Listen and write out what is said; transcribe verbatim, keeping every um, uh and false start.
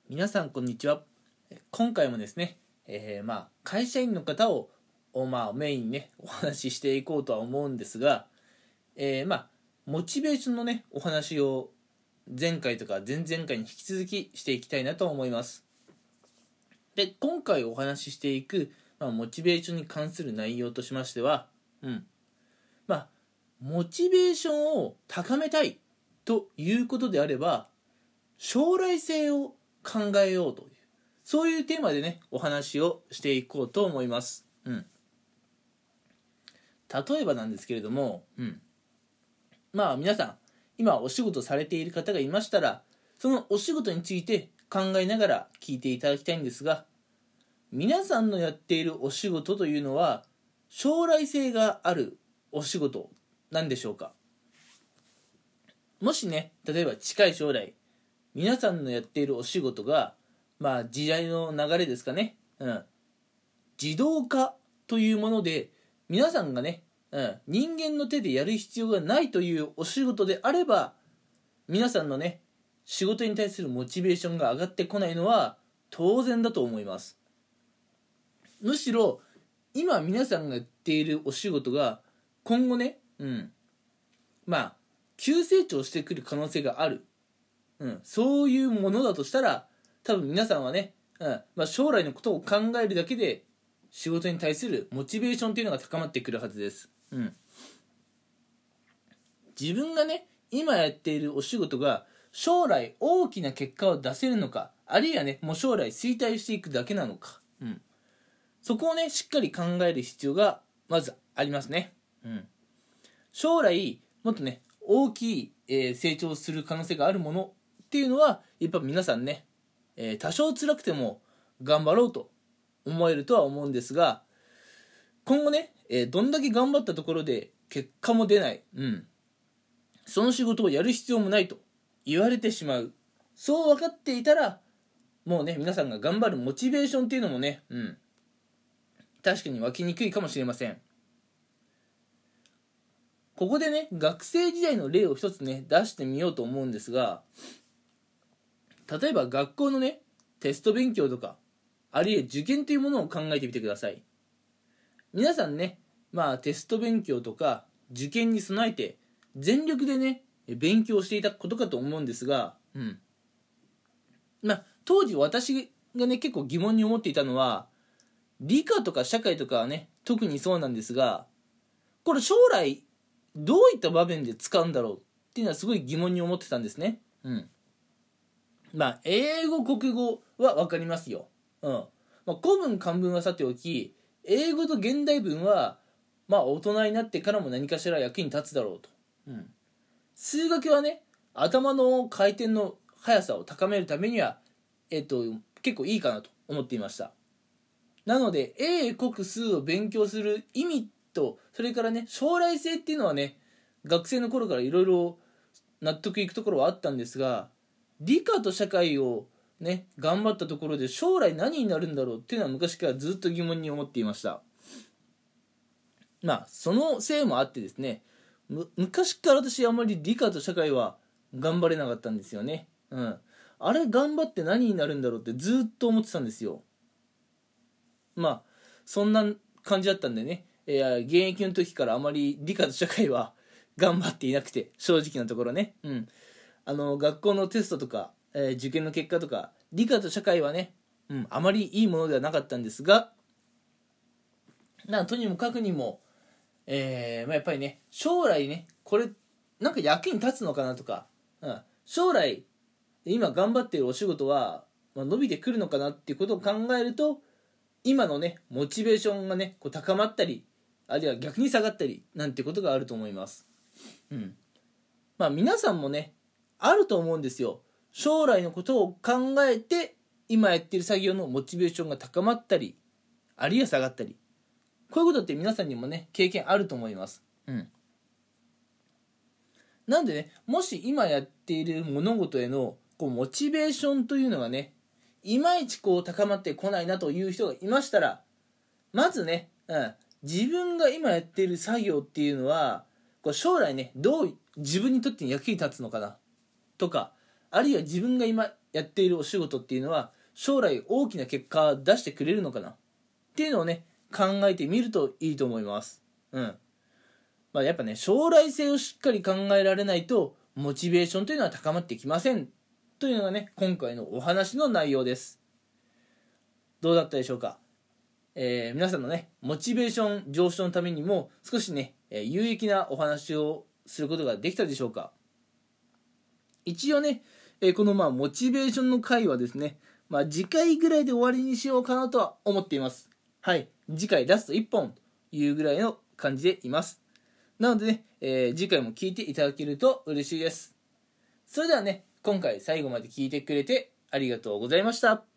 皆さんこんにちは。今回もですね、えー、まあ会社員の方をまあメインにねお話ししていこうとは思うんですが、えー、まあモチベーションのねお話を前回とか前々回に引き続きしていきたいなと思います。で、今回お話ししていく、まあ、モチベーションに関する内容としましては、うんまあモチベーションを高めたいということであれば、将来性を考えようという、そういうテーマでねお話をしていこうと思います。うん、例えばなんですけれども、うん、まあ皆さん今お仕事されている方がいましたら、そのお仕事について考えながら聞いていただきたいんですが、皆さんのやっているお仕事というのは将来性があるお仕事なんでしょうか。もしね、例えば近い将来皆さんのやっているお仕事が、まあ時代の流れですかね、うん、自動化というもので、皆さんがね、うん、人間の手でやる必要がないというお仕事であれば、皆さんのね仕事に対するモチベーションが上がってこないのは当然だと思います。むしろ今皆さんがやっているお仕事が今後ね、うん、まあ急成長してくる可能性がある、うん、そういうものだとしたら、多分皆さんはね、うんまあ、将来のことを考えるだけで仕事に対するモチベーションというのが高まってくるはずです。うん、自分がね今やっているお仕事が将来大きな結果を出せるのか、あるいはねもう将来衰退していくだけなのか、うん、そこをねしっかり考える必要がまずありますね。うん、将来もっとね大きい、えー、成長する可能性があるものっていうのはやっぱ皆さんね、えー、多少辛くても頑張ろうと思えるとは思うんですが、今後ね、えー、どんだけ頑張ったところで結果も出ない、うん、その仕事をやる必要もないと言われてしまう、そう分かっていたらもうね皆さんが頑張るモチベーションっていうのもね、うん、確かに湧きにくいかもしれません。ここでね学生時代の例を一つね出してみようと思うんですが、例えば学校のねテスト勉強とか、あるいは受験というものを考えてみてください。皆さんね、まあテスト勉強とか受験に備えて全力でね勉強していたことかと思うんですが、うんまあ当時私がね結構疑問に思っていたのは、理科とか社会とかはね特にそうなんですが、これ将来どういった場面で使うんだろうっていうのはすごい疑問に思ってたんですね。うんまあ英語国語は分かりますよ。うんまあ、古文漢文はさておき、英語と現代文はまあ大人になってからも何かしら役に立つだろうと。うん、数学はね頭の回転の速さを高めるためにはえっと結構いいかなと思っていました。なので英国数を勉強する意味と、それからね将来性っていうのはね学生の頃からいろいろ納得いくところはあったんですが、理科と社会をね頑張ったところで将来何になるんだろうっていうのは昔からずっと疑問に思っていました。まあそのせいもあってですね、昔から私あんまり理科と社会は頑張れなかったんですよね。うん、あれ頑張って何になるんだろうってずっと思ってたんですよ。まあそんな感じだったんでね、いや現役の時からあまり理科と社会は頑張っていなくて、正直なところね、うん、あの学校のテストとか、えー、受験の結果とか理科と社会はね、うん、あまりいいものではなかったんですが、なんとにもかくにも、えーまあ、やっぱりね将来ねこれなんか役に立つのかなとか、うん、将来今頑張っているお仕事は、まあ、伸びてくるのかなっていうことを考えると、今のねモチベーションがねこう高まったり、あるいは逆に下がったりなんてことがあると思います。うんまあ皆さんもねあると思うんですよ。将来のことを考えて今やっている作業のモチベーションが高まったり、あるいは下がったり、こういうことって皆さんにもね経験あると思います。うんなんでね、もし今やっている物事へのこうモチベーションというのがねいまいちこう高まってこないなという人がいましたら、まずね、うん、自分が今やっている作業っていうのはこう将来ねどう自分にとって役に立つのかなとか、 あるいは自分が今やっているお仕事っていうのは将来大きな結果を出してくれるのかなっていうのをね考えてみるといいと思います。うんまあ、やっぱね将来性をしっかり考えられないとモチベーションというのは高まってきませんというのがね今回のお話の内容です。どうだったでしょうか。えー、皆さんのねモチベーション上昇のためにも少しね、えー、有益なお話をすることができたでしょうか。一応ね、えー、このまあモチベーションの回はですね、まあ、次回ぐらいで終わりにしようかなとは思っています。はい、次回ラストいっぽんというぐらいの感じでいます。なのでね、えー、次回も聞いていただけると嬉しいです。それではね、今回最後まで聞いてくれてありがとうございました。